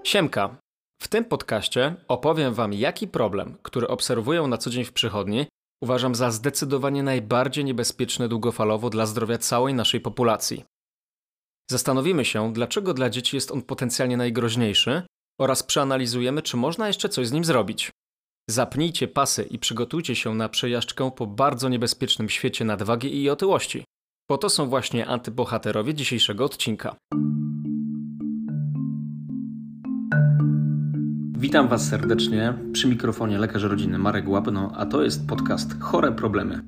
Siemka! W tym podcaście opowiem Wam, jaki problem, który obserwuję na co dzień w przychodni, uważam za zdecydowanie najbardziej niebezpieczny długofalowo dla zdrowia całej naszej populacji. Zastanowimy się, dlaczego dla dzieci jest on potencjalnie najgroźniejszy oraz przeanalizujemy, czy można jeszcze coś z nim zrobić. Zapnijcie pasy i przygotujcie się na przejażdżkę po bardzo niebezpiecznym świecie nadwagi i otyłości. Po to są właśnie antybohaterowie dzisiejszego odcinka. Witam Was serdecznie, przy mikrofonie lekarz rodzinny Marek Łapno, a to jest podcast Chore Problemy.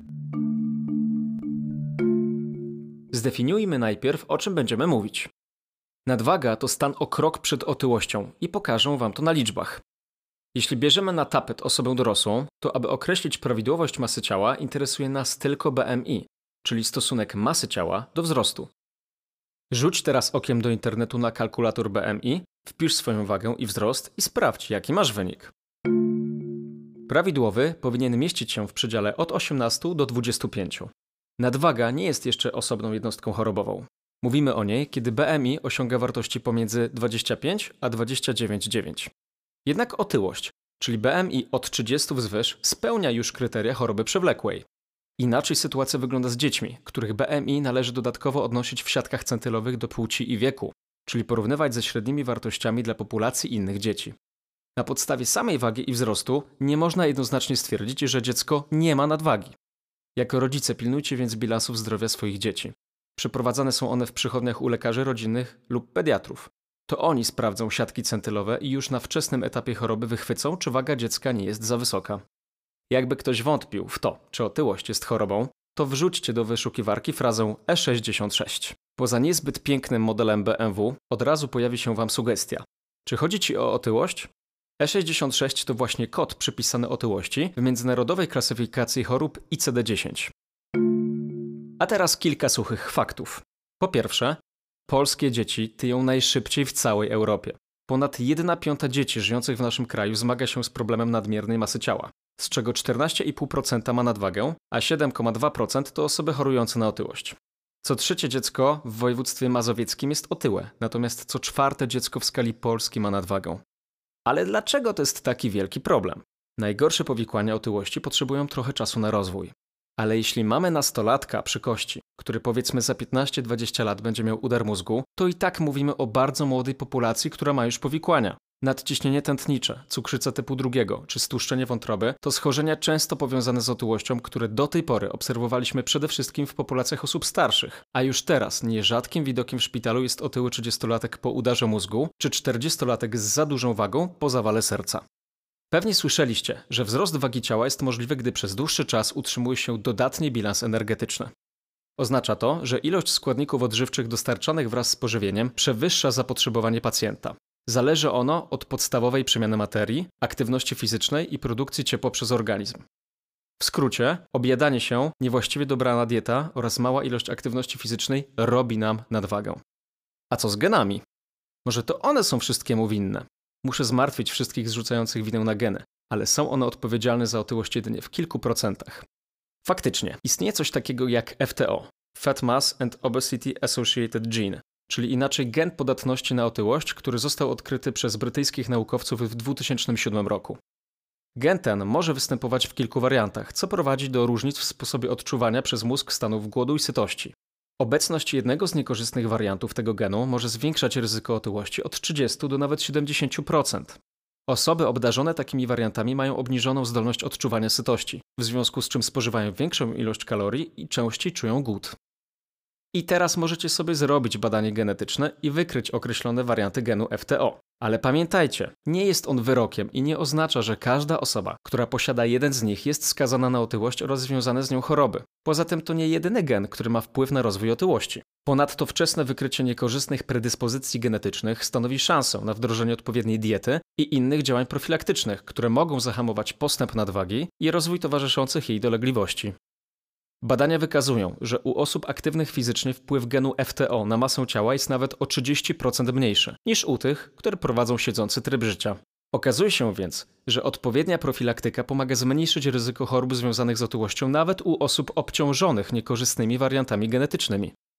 Zdefiniujmy najpierw, o czym będziemy mówić. Nadwaga to stan o krok przed otyłością i pokażę Wam to na liczbach. Jeśli bierzemy na tapet osobę dorosłą, to aby określić prawidłowość masy ciała, interesuje nas tylko BMI, czyli stosunek masy ciała do wzrostu. Rzuć teraz okiem do internetu na kalkulator BMI, wpisz swoją wagę i wzrost i sprawdź, jaki masz wynik. Prawidłowy powinien mieścić się w przedziale od 18 do 25. Nadwaga nie jest jeszcze osobną jednostką chorobową. Mówimy o niej, kiedy BMI osiąga wartości pomiędzy 25 a 29,9. Jednak otyłość, czyli BMI od 30 wzwyż, spełnia już kryteria choroby przewlekłej. Inaczej sytuacja wygląda z dziećmi, których BMI należy dodatkowo odnosić w siatkach centylowych do płci i wieku, czyli porównywać ze średnimi wartościami dla populacji innych dzieci. Na podstawie samej wagi i wzrostu nie można jednoznacznie stwierdzić, że dziecko nie ma nadwagi. Jako rodzice pilnujcie więc bilansów zdrowia swoich dzieci. Przeprowadzane są one w przychodniach u lekarzy rodzinnych lub pediatrów. To oni sprawdzą siatki centylowe i już na wczesnym etapie choroby wychwycą, czy waga dziecka nie jest za wysoka. Jakby ktoś wątpił w to, czy otyłość jest chorobą, to wrzućcie do wyszukiwarki frazę E66. Poza niezbyt pięknym modelem BMW od razu pojawi się Wam sugestia. Czy chodzi Ci o otyłość? E66 to właśnie kod przypisany otyłości w międzynarodowej klasyfikacji chorób ICD-10. A teraz kilka suchych faktów. Po pierwsze, polskie dzieci tyją najszybciej w całej Europie. Ponad 1/5 dzieci żyjących w naszym kraju zmaga się z problemem nadmiernej masy ciała, z czego 14,5% ma nadwagę, a 7,2% to osoby chorujące na otyłość. Co trzecie dziecko w województwie mazowieckim jest otyłe, natomiast co czwarte dziecko w skali Polski ma nadwagę. Ale dlaczego to jest taki wielki problem? Najgorsze powikłania otyłości potrzebują trochę czasu na rozwój. Ale jeśli mamy nastolatka przy kości, który powiedzmy za 15-20 lat będzie miał udar mózgu, to i tak mówimy o bardzo młodej populacji, która ma już powikłania. Nadciśnienie tętnicze, cukrzyca typu 2 czy stłuszczenie wątroby to schorzenia często powiązane z otyłością, które do tej pory obserwowaliśmy przede wszystkim w populacjach osób starszych. A już teraz nierzadkim widokiem w szpitalu jest otyły 30-latek po udarze mózgu czy 40-latek z za dużą wagą po zawale serca. Pewnie słyszeliście, że wzrost wagi ciała jest możliwy, gdy przez dłuższy czas utrzymuje się dodatni bilans energetyczny. Oznacza to, że ilość składników odżywczych dostarczanych wraz z pożywieniem przewyższa zapotrzebowanie pacjenta. Zależy ono od podstawowej przemiany materii, aktywności fizycznej i produkcji ciepła przez organizm. W skrócie, objadanie się, niewłaściwie dobrana dieta oraz mała ilość aktywności fizycznej robi nam nadwagę. A co z genami? Może to one są wszystkiemu winne? Muszę zmartwić wszystkich zrzucających winę na geny, ale są one odpowiedzialne za otyłość jedynie w kilku procentach. Faktycznie, istnieje coś takiego jak FTO, Fat Mass and Obesity Associated Gene, czyli inaczej gen podatności na otyłość, który został odkryty przez brytyjskich naukowców w 2007 roku. Gen ten może występować w kilku wariantach, co prowadzi do różnic w sposobie odczuwania przez mózg stanów głodu i sytości. Obecność jednego z niekorzystnych wariantów tego genu może zwiększać ryzyko otyłości od 30 do nawet 70%. Osoby obdarzone takimi wariantami mają obniżoną zdolność odczuwania sytości, w związku z czym spożywają większą ilość kalorii i częściej czują głód. I teraz możecie sobie zrobić badanie genetyczne i wykryć określone warianty genu FTO. Ale pamiętajcie, nie jest on wyrokiem i nie oznacza, że każda osoba, która posiada jeden z nich, jest skazana na otyłość oraz związane z nią choroby. Poza tym to nie jedyny gen, który ma wpływ na rozwój otyłości. Ponadto wczesne wykrycie niekorzystnych predyspozycji genetycznych stanowi szansę na wdrożenie odpowiedniej diety i innych działań profilaktycznych, które mogą zahamować postęp nadwagi i rozwój towarzyszących jej dolegliwości. Badania wykazują, że u osób aktywnych fizycznie wpływ genu FTO na masę ciała jest nawet o 30% mniejszy niż u tych, które prowadzą siedzący tryb życia. Okazuje się więc, że odpowiednia profilaktyka pomaga zmniejszyć ryzyko chorób związanych z otyłością nawet u osób obciążonych niekorzystnymi wariantami genetycznymi.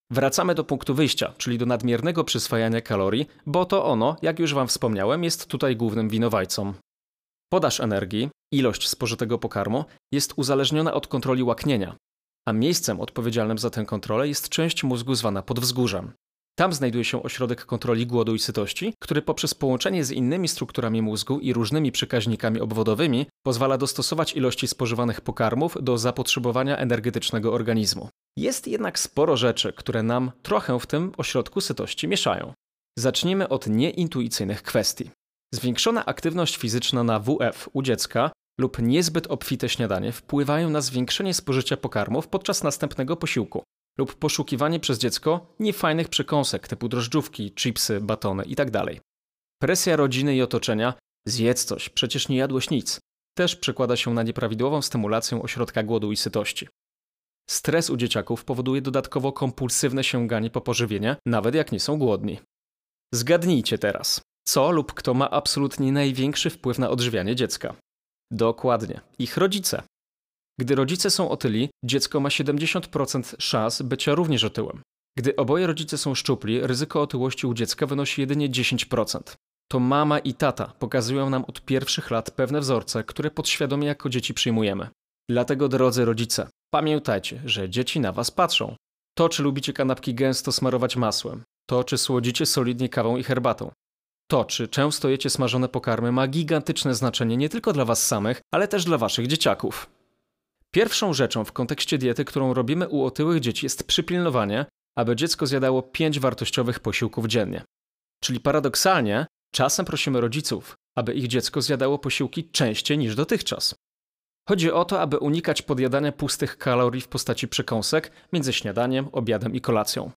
Wracamy do punktu wyjścia, czyli do nadmiernego przyswajania kalorii, bo to ono, jak już Wam wspomniałem, jest tutaj głównym winowajcą. Podaż energii, ilość spożytego pokarmu jest uzależniona od kontroli łaknienia, a miejscem odpowiedzialnym za tę kontrolę jest część mózgu zwana podwzgórzem. Tam znajduje się ośrodek kontroli głodu i sytości, który poprzez połączenie z innymi strukturami mózgu i różnymi przekaźnikami obwodowymi pozwala dostosować ilości spożywanych pokarmów do zapotrzebowania energetycznego organizmu. Jest jednak sporo rzeczy, które nam trochę w tym ośrodku sytości mieszają. Zacznijmy od nieintuicyjnych kwestii. Zwiększona aktywność fizyczna na WF u dziecka lub niezbyt obfite śniadanie wpływają na zwiększenie spożycia pokarmów podczas następnego posiłku lub poszukiwanie przez dziecko niefajnych przekąsek typu drożdżówki, chipsy, batony itd. Presja rodziny i otoczenia zjedz coś, przecież nie jadłeś nic też przekłada się na nieprawidłową stymulację ośrodka głodu i sytości. Stres u dzieciaków powoduje dodatkowo kompulsywne sięganie po pożywienie, nawet jak nie są głodni. Zgadnijcie teraz, co lub kto ma absolutnie największy wpływ na odżywianie dziecka. Dokładnie, ich rodzice. Gdy rodzice są otyli, dziecko ma 70% szans bycia również otyłym. Gdy oboje rodzice są szczupli, ryzyko otyłości u dziecka wynosi jedynie 10%. To mama i tata pokazują nam od pierwszych lat pewne wzorce, które podświadomie jako dzieci przyjmujemy. Dlatego, drodzy rodzice, pamiętajcie, że dzieci na was patrzą. To, czy lubicie kanapki gęsto smarować masłem, to, czy słodzicie solidnie kawą i herbatą, to, czy często jecie smażone pokarmy, ma gigantyczne znaczenie nie tylko dla was samych, ale też dla waszych dzieciaków. Pierwszą rzeczą w kontekście diety, którą robimy u otyłych dzieci, jest przypilnowanie, aby dziecko zjadało 5 wartościowych posiłków dziennie. Czyli paradoksalnie, czasem prosimy rodziców, aby ich dziecko zjadało posiłki częściej niż dotychczas. Chodzi o to, aby unikać podjadania pustych kalorii w postaci przekąsek między śniadaniem, obiadem i kolacją.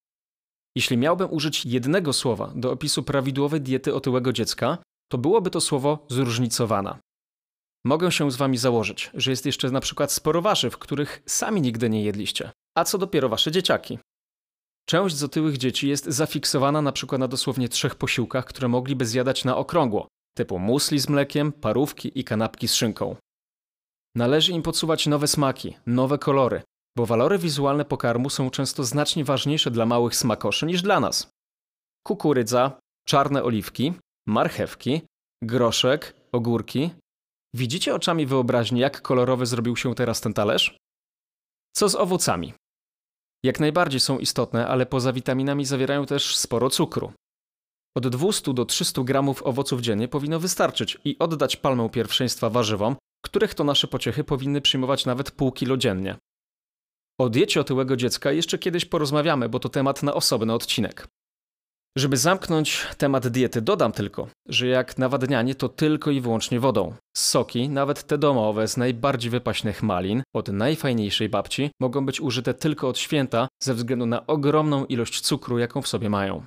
Jeśli miałbym użyć jednego słowa do opisu prawidłowej diety otyłego dziecka, to byłoby to słowo zróżnicowana. Mogę się z wami założyć, że jest jeszcze na przykład sporo warzyw, których sami nigdy nie jedliście. A co dopiero wasze dzieciaki? Część z otyłych dzieci jest zafiksowana na przykład na dosłownie 3 posiłkach, które mogliby zjadać na okrągło, typu musli z mlekiem, parówki i kanapki z szynką. Należy im podsuwać nowe smaki, nowe kolory, bo walory wizualne pokarmu są często znacznie ważniejsze dla małych smakoszy niż dla nas. Kukurydza, czarne oliwki, marchewki, groszek, ogórki. Widzicie oczami wyobraźni, jak kolorowy zrobił się teraz ten talerz? Co z owocami? Jak najbardziej są istotne, ale poza witaminami zawierają też sporo cukru. Od 200 do 300 gramów owoców dziennie powinno wystarczyć i oddać palmę pierwszeństwa warzywom, których to nasze pociechy powinny przyjmować nawet pół kilo dziennie. O diecie otyłego dziecka jeszcze kiedyś porozmawiamy, bo to temat na osobny odcinek. Żeby zamknąć temat diety, dodam tylko, że jak nawadnianie to tylko i wyłącznie wodą. Soki, nawet te domowe z najbardziej wypaśnych malin, od najfajniejszej babci, mogą być użyte tylko od święta ze względu na ogromną ilość cukru, jaką w sobie mają.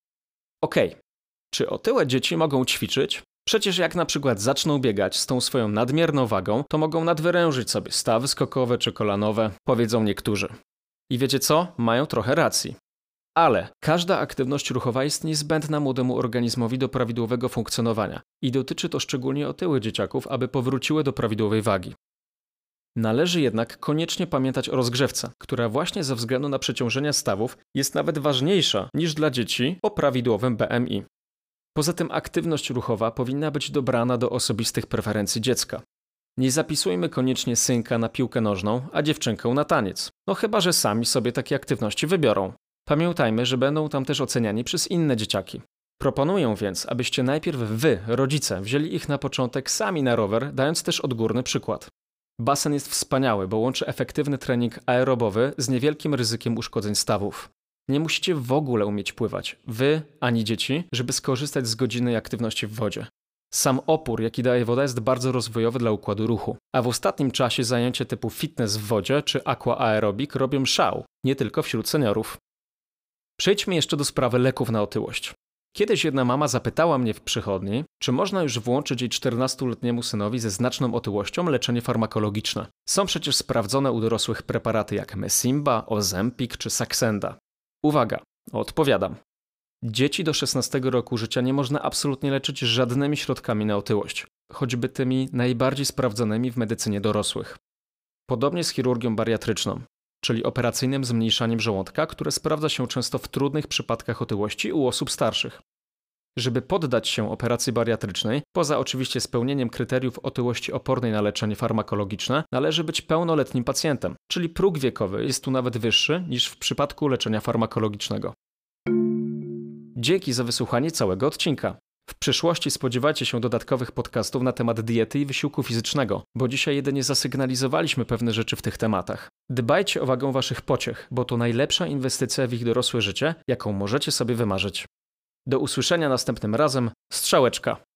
Okej, czy otyłe dzieci mogą ćwiczyć? Przecież jak na przykład zaczną biegać z tą swoją nadmierną wagą, to mogą nadwyrężyć sobie stawy skokowe czy kolanowe, powiedzą niektórzy. I wiecie co? Mają trochę racji. Ale każda aktywność ruchowa jest niezbędna młodemu organizmowi do prawidłowego funkcjonowania i dotyczy to szczególnie otyłych dzieciaków, aby powróciły do prawidłowej wagi. Należy jednak koniecznie pamiętać o rozgrzewce, która właśnie ze względu na przeciążenia stawów jest nawet ważniejsza niż dla dzieci o prawidłowym BMI. Poza tym aktywność ruchowa powinna być dobrana do osobistych preferencji dziecka. Nie zapisujmy koniecznie synka na piłkę nożną, a dziewczynkę na taniec. No chyba, że sami sobie takie aktywności wybiorą. Pamiętajmy, że będą tam też oceniani przez inne dzieciaki. Proponuję więc, abyście najpierw wy, rodzice, wzięli ich na początek sami na rower, dając też odgórny przykład. Basen jest wspaniały, bo łączy efektywny trening aerobowy z niewielkim ryzykiem uszkodzeń stawów. Nie musicie w ogóle umieć pływać, wy ani dzieci, żeby skorzystać z godzinnej aktywności w wodzie. Sam opór, jaki daje woda, jest bardzo rozwojowy dla układu ruchu, a w ostatnim czasie zajęcie typu fitness w wodzie czy aqua aerobik robią szał, nie tylko wśród seniorów. Przejdźmy jeszcze do sprawy leków na otyłość. Kiedyś jedna mama zapytała mnie w przychodni, czy można już włączyć jej 14-letniemu synowi ze znaczną otyłością leczenie farmakologiczne. Są przecież sprawdzone u dorosłych preparaty jak Mesimba, Ozempic czy Saxenda. Uwaga, odpowiadam. Dzieci do 16 roku życia nie można absolutnie leczyć żadnymi środkami na otyłość, choćby tymi najbardziej sprawdzonymi w medycynie dorosłych. Podobnie z chirurgią bariatryczną. czyli operacyjnym zmniejszaniem żołądka, które sprawdza się często w trudnych przypadkach otyłości u osób starszych. Żeby poddać się operacji bariatrycznej, poza oczywiście spełnieniem kryteriów otyłości opornej na leczenie farmakologiczne, należy być pełnoletnim pacjentem, czyli próg wiekowy jest tu nawet wyższy niż w przypadku leczenia farmakologicznego. Dzięki za wysłuchanie całego odcinka. W przyszłości spodziewajcie się dodatkowych podcastów na temat diety i wysiłku fizycznego, bo dzisiaj jedynie zasygnalizowaliśmy pewne rzeczy w tych tematach. Dbajcie o wagę waszych pociech, bo to najlepsza inwestycja w ich dorosłe życie, jaką możecie sobie wymarzyć. Do usłyszenia następnym razem. Strzałeczka.